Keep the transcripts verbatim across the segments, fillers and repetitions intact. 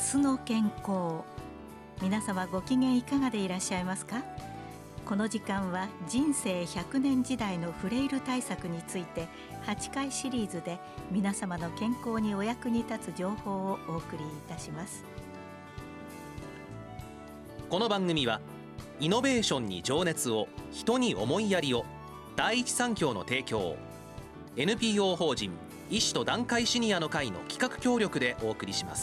明日の健康。皆様ご機嫌いかがでいらっしゃいますか？この時間は人生ひゃくねん時代のフレイル対策についてはちかいシリーズで皆様の健康にお役に立つ情報をお送りいたします。 この番組はイノベーションに情熱を、人に思いやりを、第一三共の提供、 エヌピーオー 法人医師と団塊シニアの会の企画協力でお送りします。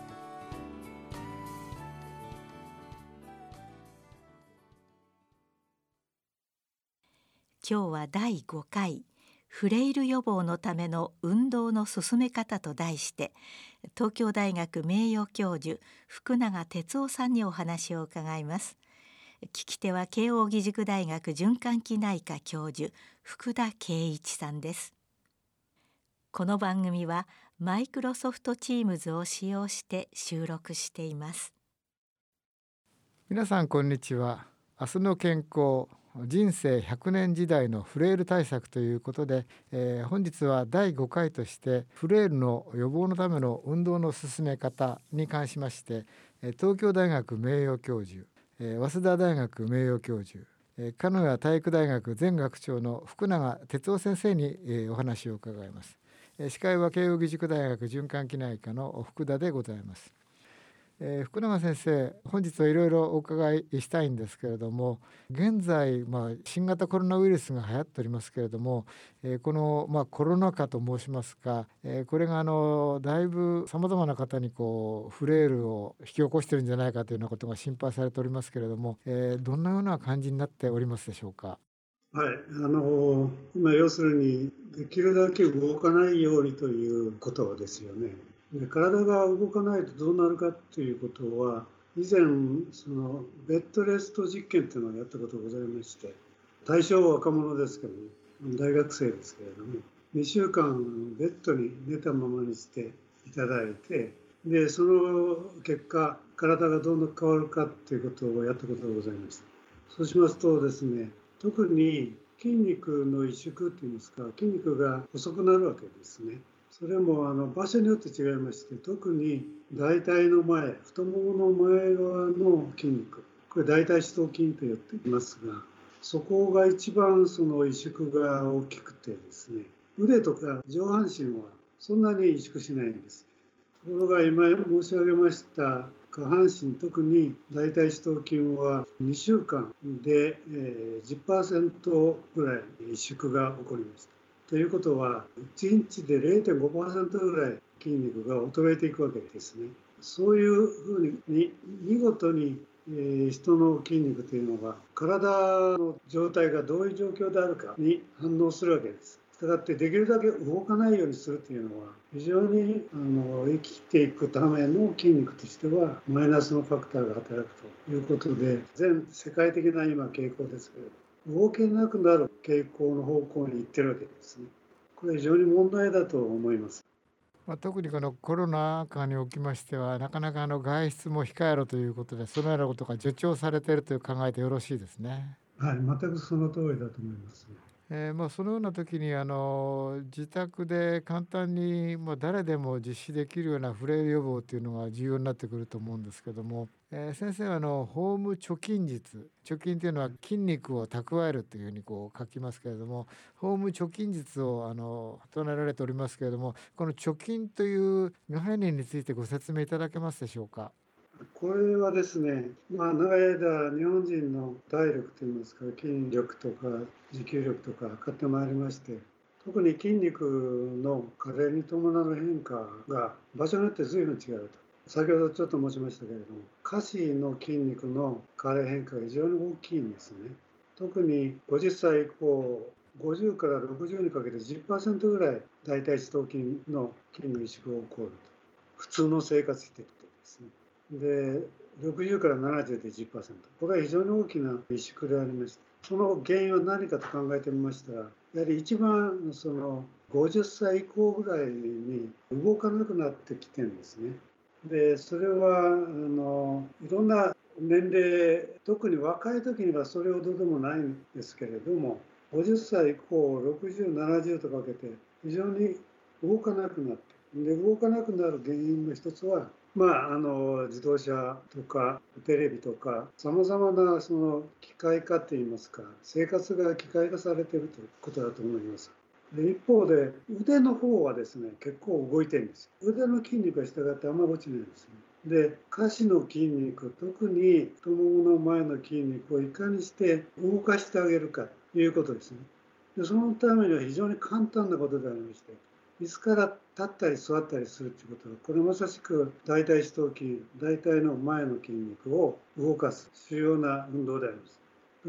今日はだいごかいフレイル予防のための運動の進め方と題して、東京大学名誉教授福永哲夫さんにお話を伺います。聞き手は慶應義塾大学循環器内科教授福田圭一さんです。この番組はマイクロソフトチームズを使用して収録しています。 皆さんこんにちは。明日の健康、人生ひゃくねん時代のフレイル対策ということで、えー、本日はだいごかいとしてフレイルの予防のための運動の進め方に関しまして、東京大学名誉教授、早稲田大学名誉教授、鹿屋体育大学前学長の福永哲夫先生にお話を伺います。司会は慶應義塾大学循環器内科の福田でございます。えー、福永先生、本日はいろいろお伺いしたいんですけれども、現在、まあ、新型コロナウイルスが流行っておりますけれども、えー、この、まあ、コロナ禍と申しますか、えー、これがあのだいぶさまざまな方にこうフレイルを引き起こしているんじゃないかというようなことが心配されておりますけれども、えー、どんなような感じになっておりますでしょうか？ はい、あの今要するにできるだけ動かないようにということですよね。で体が動かないとどうなるかということは、以前そのベッドレスト実験というのをやったことがございまして、対象は若者ですけども、大学生ですけれども、にしゅうかんベッドに寝たままにしていただいて、でその結果体がどんどん変わるかということをやったことがございました。そうしますとですね、特に筋肉の萎縮といいますか、筋肉が細くなるわけですね。それもあの場所によって違いまして、特に大腿の前、太ももの前側の筋肉、これ大腿四頭筋と言っていますが、そこが一番その萎縮が大きくてですね、腕とか上半身はそんなに萎縮しないんです。ところが今申し上げました下半身、特に大腿四頭筋はにしゅうかんで じゅっパーセント ぐらい萎縮が起こりました。ということはいちにちで れいてんごパーセント ぐらい筋肉が衰えていくわけですね。そういうふうに見事に人の筋肉というのが体の状態がどういう状況であるかに反応するわけです。したがってできるだけ動かないようにするというのは非常にあの生きていくための筋肉としてはマイナスのファクターが働くということで、全世界的な今傾向ですけれど、動けなくなる傾向の方向に行ってるわけですね。これは非常に問題だと思います。 まあ、特にこのコロナ禍におきましては、なかなかあの外出も控えろということで、そのようなことが助長されているという考えでよろしいですね。 はい、全くその通りだと思います。 えーまあ、そのような時にあの自宅で簡単に、まあ、誰でも実施できるようなフレイル予防というのが重要になってくると思うんですけども、えー、先生はあのホーム貯金術、貯金というのは筋肉を蓄えるというふうにこう書きますけれども、ホーム貯金術をあの唱えられておりますけれども、この貯金という概念についてご説明いただけますでしょうか？ これはですね、まあ、長い間日本人の体力といいますか、筋力とか持久力とか測ってまいりまして、特に筋肉の加齢に伴う変化が場所によって随分違うと。先ほどちょっと申しましたけれども、下肢の筋肉の加齢変化が非常に大きいんですね。特にごじゅっさい以降、ごじゅうからろくじゅうにかけて じゅっパーセント ぐらい大腿四頭筋の筋の萎縮が起こると。普通の生活していくとですね。でろくじゅうからななじゅうで じゅっパーセント、 これは非常に大きな萎縮でありました。その原因は何かと考えてみましたら、やはり一番そのごじゅっさい以降ぐらいに動かなくなってきてるんですね。でそれはあのいろんな年齢、特に若い時にはそれほどでもないんですけれども、ごじゅっさい以降ろくじゅう、ななじゅうとかけて非常に動かなくなって、で動かなくなる原因の一つはまあ、あの自動車とかテレビとかさまざまなその機械化といいますか、生活が機械化されているということだと思います。で一方で腕の方はですね、結構動いてるんです。腕の筋肉が従ってあんまり落ちないんですね。で下肢の筋肉、特に太ももの前の筋肉をいかにして動かしてあげるかということですね。でそのためには非常に簡単なことでありまして、椅子から立ったり座ったりするということは、これまさしく大腿四頭筋、大腿の前の筋肉を動かす主要な運動であります。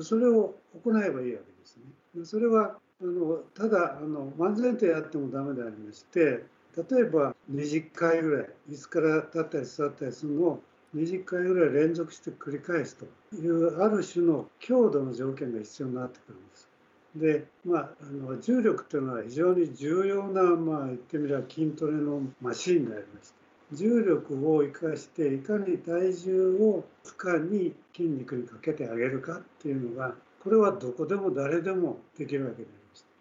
それを行えばいいわけですね。それはあのただあの漫然とやってもダメでありまして、例えばにじゅっかいぐらい椅子から立ったり座ったりするのをにじゅっかいぐらい連続して繰り返すというある種の強度の条件が必要になってくるんです。で、まあ、あの重力というのは非常に重要な、まあ、言ってみれば筋トレのマシンでありまして、重力を生かしていかに体重を負荷に筋肉にかけてあげるかっていうのが、これはどこでも誰でもできるわけでありまして、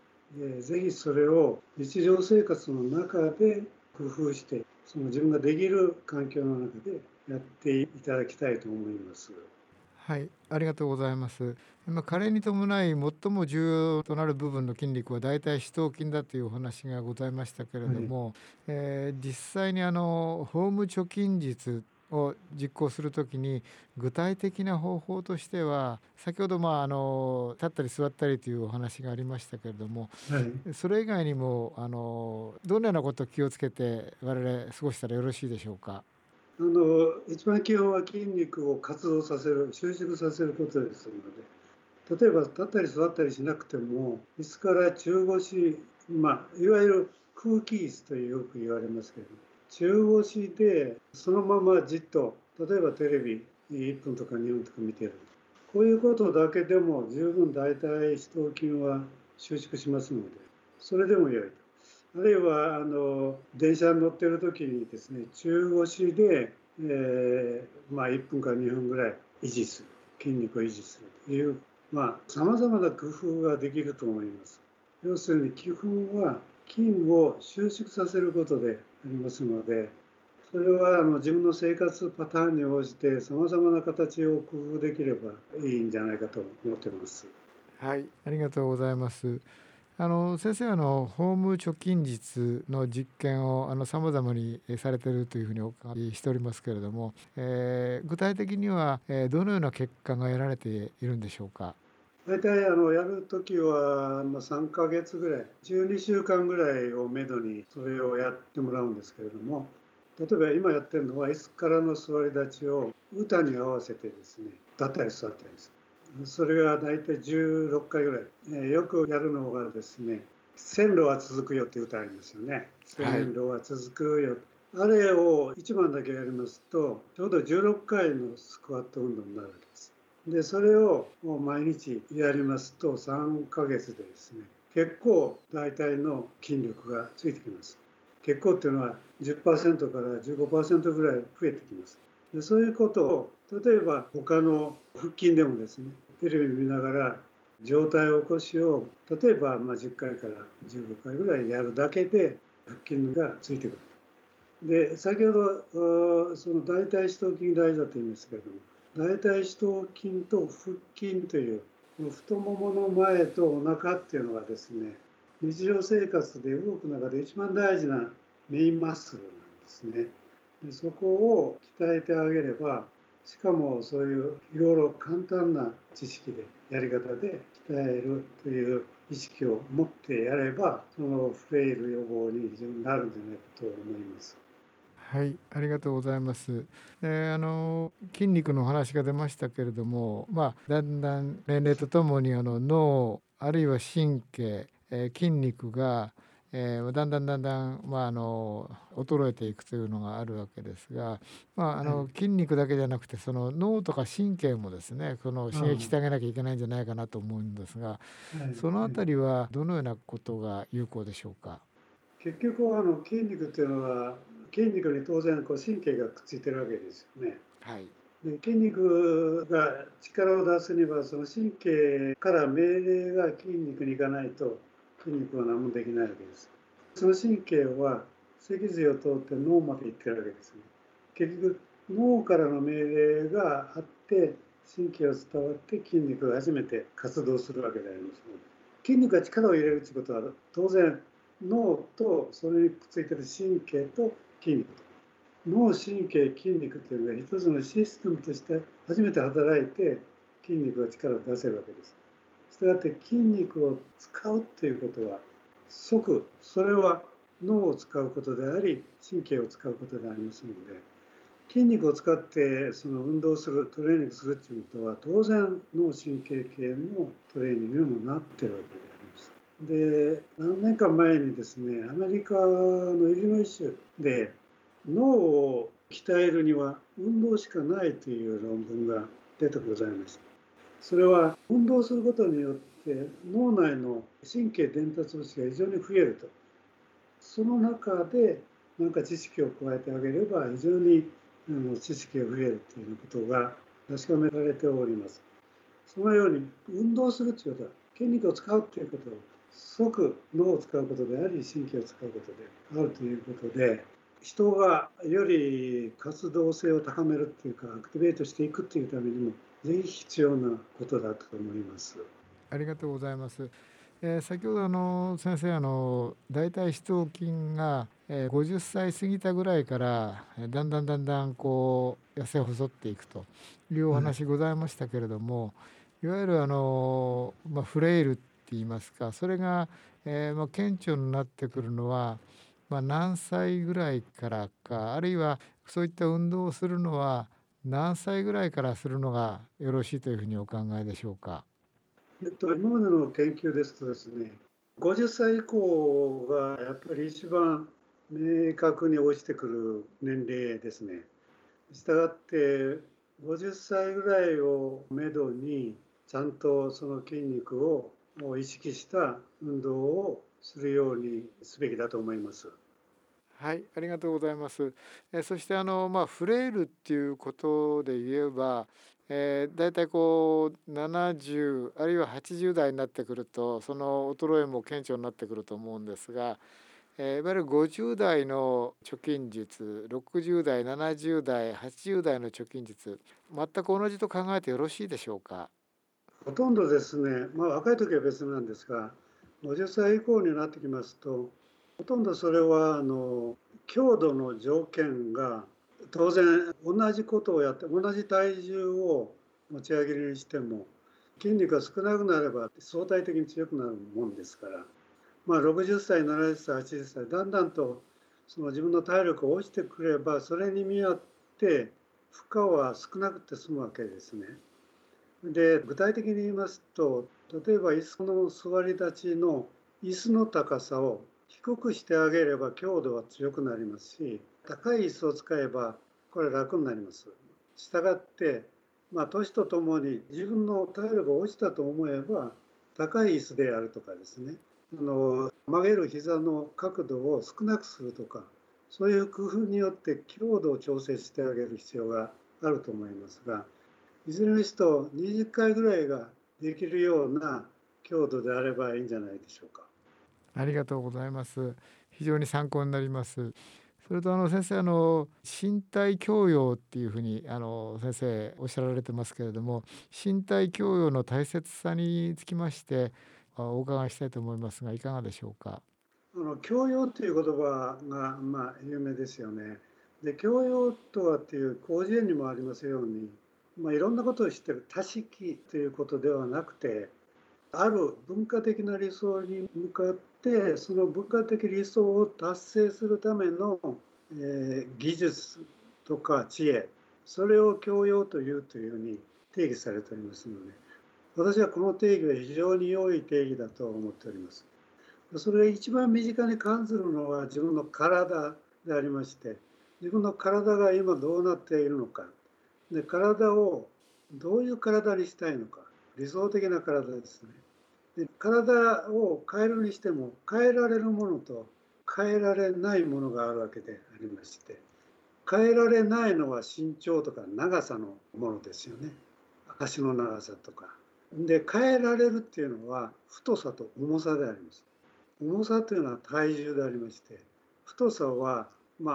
でぜひそれを日常生活の中で工夫して、その自分ができる環境の中でやっていただきたいと思います。 はい、ありがとうございます。まあ、加齢に伴い最も重要となる部分の筋肉は大腿四頭筋だというお話がございましたけれども、はい、えー、実際にあのホーム貯金術を実行するときに具体的な方法としては、先ほどまああの立ったり座ったりというお話がありましたけれども、はい、それ以外にもあのどのようなことを気をつけて我々過ごしたらよろしいでしょうか。 あの一番基本は筋肉を活動させる、収縮させることですので、例えば立ったり座ったりしなくても、椅子から中腰、まあ、いわゆる空気椅子とよく言われますけど、中腰でそのままじっと、例えばテレビいっぷんとかにふんとか見てる、こういうことだけでも十分大腿四頭筋は収縮しますので、それでも良い。あるいはあの電車に乗っている時にですね、中腰で、えーまあ、いっぷんからにふんぐらい維持する、筋肉を維持するという、さまざ、まな工夫ができると思います。要するに基本は筋を収縮させることでありますので、それはあの自分の生活パターンに応じてさまざまな形を工夫できればいいんじゃないかと思っています。 はい、ありがとうございます。あの先生はあのホーム貯金術の実験をあの様々にされているというふうにお伺いしておりますけれども、えー、具体的には、えー、どのような結果が得られているんでしょうか。 大体あのやるときはさんかげつぐらい、じゅうにしゅうかんぐらいをめどにそれをやってもらうんですけれども、例えば今やってるのは椅子からの座り立ちを歌に合わせてですね、立ったり座ったりです。それが大体じゅうろっかいぐらい、えー、よくやるのがですね、線路は続くよっていう歌ありますよね。線路は続くよ、はい、あれをいちばんだけやりますとちょうどじゅうろっかいのスクワット運動になるわけです。でそれをもう毎日やりますとさんかげつでですね、結構大体の筋力がついてきます。結構っていうのは じゅっパーセント から じゅうごパーセント ぐらい増えてきます。でそういうことを例えば他の腹筋でもですね、テレビ見ながら上体起こしを例えばじゅっかいからじゅうごかいぐらいやるだけで腹筋がついてくる。で先ほどその大腿四頭筋大事だと言いますけれども、大腿四頭筋と腹筋という太ももの前とお腹っていうのがですね、日常生活で動く中で一番大事なメインマッスルなんですね。でそこを鍛えてあげれば、しかもそういう日頃簡単な知識でやり方で鍛えるという意識を持ってやれば、そのフレイル予防に非常になるんじゃないかと思います。 はい、ありがとうございます。であの筋肉の話が出ましたけれども、まあ、だんだん年齢とともにあの脳あるいは神経、えー、筋肉がえー、だんだんだんだん、まあ、あの衰えていくというのがあるわけですが、まあ、あの筋肉だけじゃなくてその脳とか神経もですね、その刺激してあげなきゃいけないんじゃないかなと思うんですが、そのあたりはどのようなことが有効でしょうか。 結局あの筋肉っていうのは筋肉に当然こう神経がくっついてるわけですよね。 はい、 で筋肉が力を出すにはその神経から命令が筋肉にいかないと筋肉は何もできないわけです。その神経は脊髄を通って脳まで行ってるわけですね。 結局脳からの命令があって神経を伝わって筋肉が初めて活動するわけでありますので、筋肉が力を入れるということは当然脳とそれにくっついている神経と筋肉と、脳神経筋肉というのが一つのシステムとして初めて働いて筋肉が力を出せるわけです。したがって筋肉を使うということは即それは脳を使うことであり神経を使うことでありますので、筋肉を使ってその運動するトレーニングするということは当然脳神経系のトレーニングにもなっているわけであります。で、何年か前にですね、アメリカのイリノイ州で脳を鍛えるには運動しかないという論文が出てございました。それは運動することによって脳内の神経伝達物質が非常に増えると。その中で何か知識を加えてあげれば非常に知識が増えるということが確かめられております。そのように運動するということは筋肉を使うということは即脳を使うことであり神経を使うことであるということで、人がより活動性を高めるっていうかアクティベートしていくっていうためにもぜひ必要なことだと思います。 ありがとうございます。えー、先ほどあの先生あの大腿四頭筋が、えー、ごじゅっさい過ぎたぐらいからだんだんだんだんこう痩せ細っていくというお話ございましたけれども、いわゆるあの、まあ、フレイルって言いますか、それが、えーまあ、顕著になってくるのは、まあ、何歳ぐらいからか、あるいはそういった運動をするのは何歳ぐらいからするのがよろしいというふうにお考えでしょうか。 えっと、今までの研究ですとですね、ごじゅっさい以降がやっぱり一番明確に落ちてくる年齢ですね。したがってごじゅっさいぐらいをめどにちゃんとその筋肉を意識した運動をするようにすべきだと思います。 はい、ありがとうございます。えそしてあの、まあ、フレイルっていうことで言えば、えー、だいたいこうななじゅうあるいははちじゅう代になってくるとその衰えも顕著になってくると思うんですが、えー、いわゆるごじゅう代の貯金術、ろくじゅう代、ななじゅう代、はちじゅう代の貯金術、全く同じと考えてよろしいでしょうか。 ほとんどですね、まあ、若い時は別なんですが、ごじゅっさい以降になってきますと、ほとんどそれはあの強度の条件が当然同じことをやって同じ体重を持ち上げるにしても筋肉が少なくなれば相対的に強くなるもんですから、まあ、ろくじゅっさいななじゅっさいはちじゅっさいだんだんとその自分の体力が落ちてくればそれに見合って負荷は少なくて済むわけですね。で具体的に言いますと、例えば椅子の座り立ちの椅子の高さを低くしてあげれば強度は強くなりますし、高い椅子を使えばこれ楽になります。したがって、まあ、年とともに自分の体力が落ちたと思えば高い椅子であるとかですね、あの曲げる膝の角度を少なくするとか、そういう工夫によって強度を調整してあげる必要があると思いますが、いずれにしてもにじゅっかいぐらいができるような強度であればいいんじゃないでしょうか。 ありがとうございます。非常に参考になります。それとあの先生あの身体教養っていうふうにあの先生おっしゃられてますけれども、身体教養の大切さにつきましてお伺いしたいと思いますがいかがでしょうか。 あの教養という言葉が、まあ、有名ですよね。で教養とはっていう広辞苑にもありますように、まあ、いろんなことを知ってる多識ということではなくて、ある文化的な理想に向かってその文化的理想を達成するための、えー、技術とか知恵、それを教養というというように定義されておりますので、私はこの定義は非常に良い定義だと思っております。それが一番身近に感じるのは自分の体でありまして、自分の体が今どうなっているのか、で体をどういう体にしたいのか、理想的な体ですね。で体を変えるにしても変えられるものと変えられないものがあるわけでありまして、変えられないのは身長とか長さのものですよね。足の長さとか。で変えられるっていうのは太さと重さであります。重さというのは体重でありまして、太さはまあ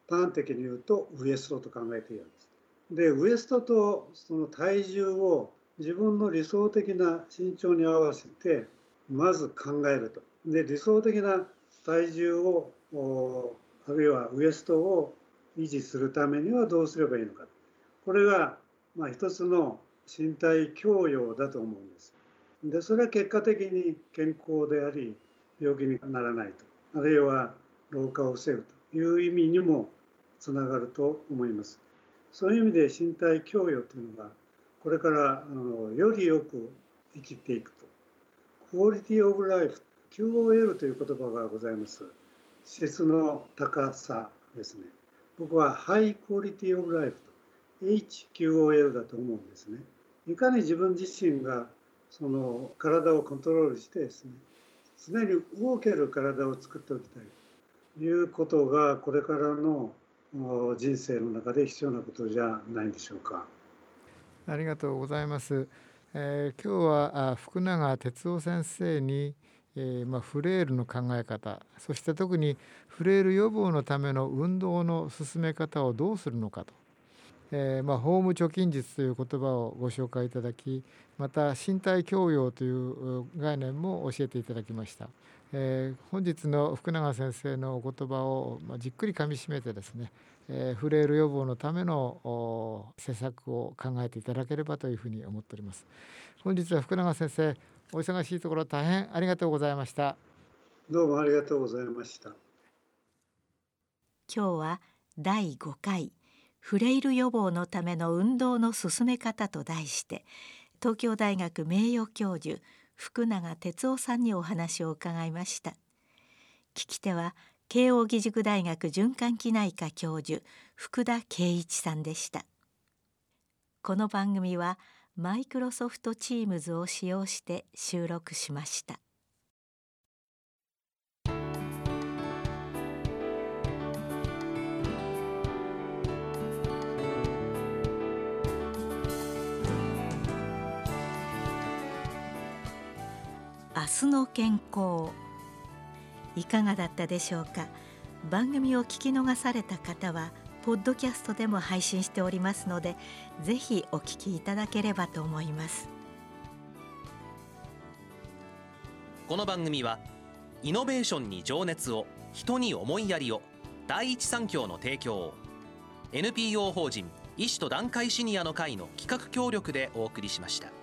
端的に言うとウエストと考えているんです。でウエストとその体重を自分の理想的な身長に合わせてまず考えると。で理想的な体重をあるいはウエストを維持するためにはどうすればいいのか。これがまあ一つの身体教養だと思うんです。でそれは結果的に健康であり病気にならないと、あるいは老化を防ぐという意味にもつながると思います。そういう意味で身体教養というのがこれからあのよりよく生きていくと。クオリティオブライフ キューオーエル という言葉がございます。質の高さですね。僕はハイクオリティオブライフと エイチキューオーエル だと思うんですね。いかに自分自身がその体をコントロールしてですね、常に動ける体を作っておきたいということがこれからの人生の中で必要なことじゃないでしょうか。 ありがとうございます。えー、今日は福永哲夫先生に、えーまあ、フレイルの考え方、そして特にフレイル予防のための運動の進め方をどうするのかと、えーまあ、ホーム貯金術という言葉をご紹介いただき、また身体教養という概念も教えていただきました。えー、本日の福永先生のお言葉を、まあ、じっくりかみしめてですね、えー、フレイル予防のための施策を考えていただければというふうに思っております。本日は福永先生、お忙しいところ大変ありがとうございました。 どうもありがとうございました。 今日はだいごかいフレイル予防のための運動の進め方と題して、東京大学名誉教授福永哲夫さんにお話を伺いました。聞き手は慶應義塾大学循環器内科教授福田圭一さんでした。この番組はマイクロソフトチームズを使用して収録しました。明日の健康、いかがだったでしょうか。番組を聞き逃された方はポッドキャストでも配信しておりますので、ぜひお聞きいただければと思います。 この番組はイノベーションに情熱を、人に思いやりを、第一三共の提供、 エヌピーオー 法人医師と団塊シニアの会の企画協力でお送りしました。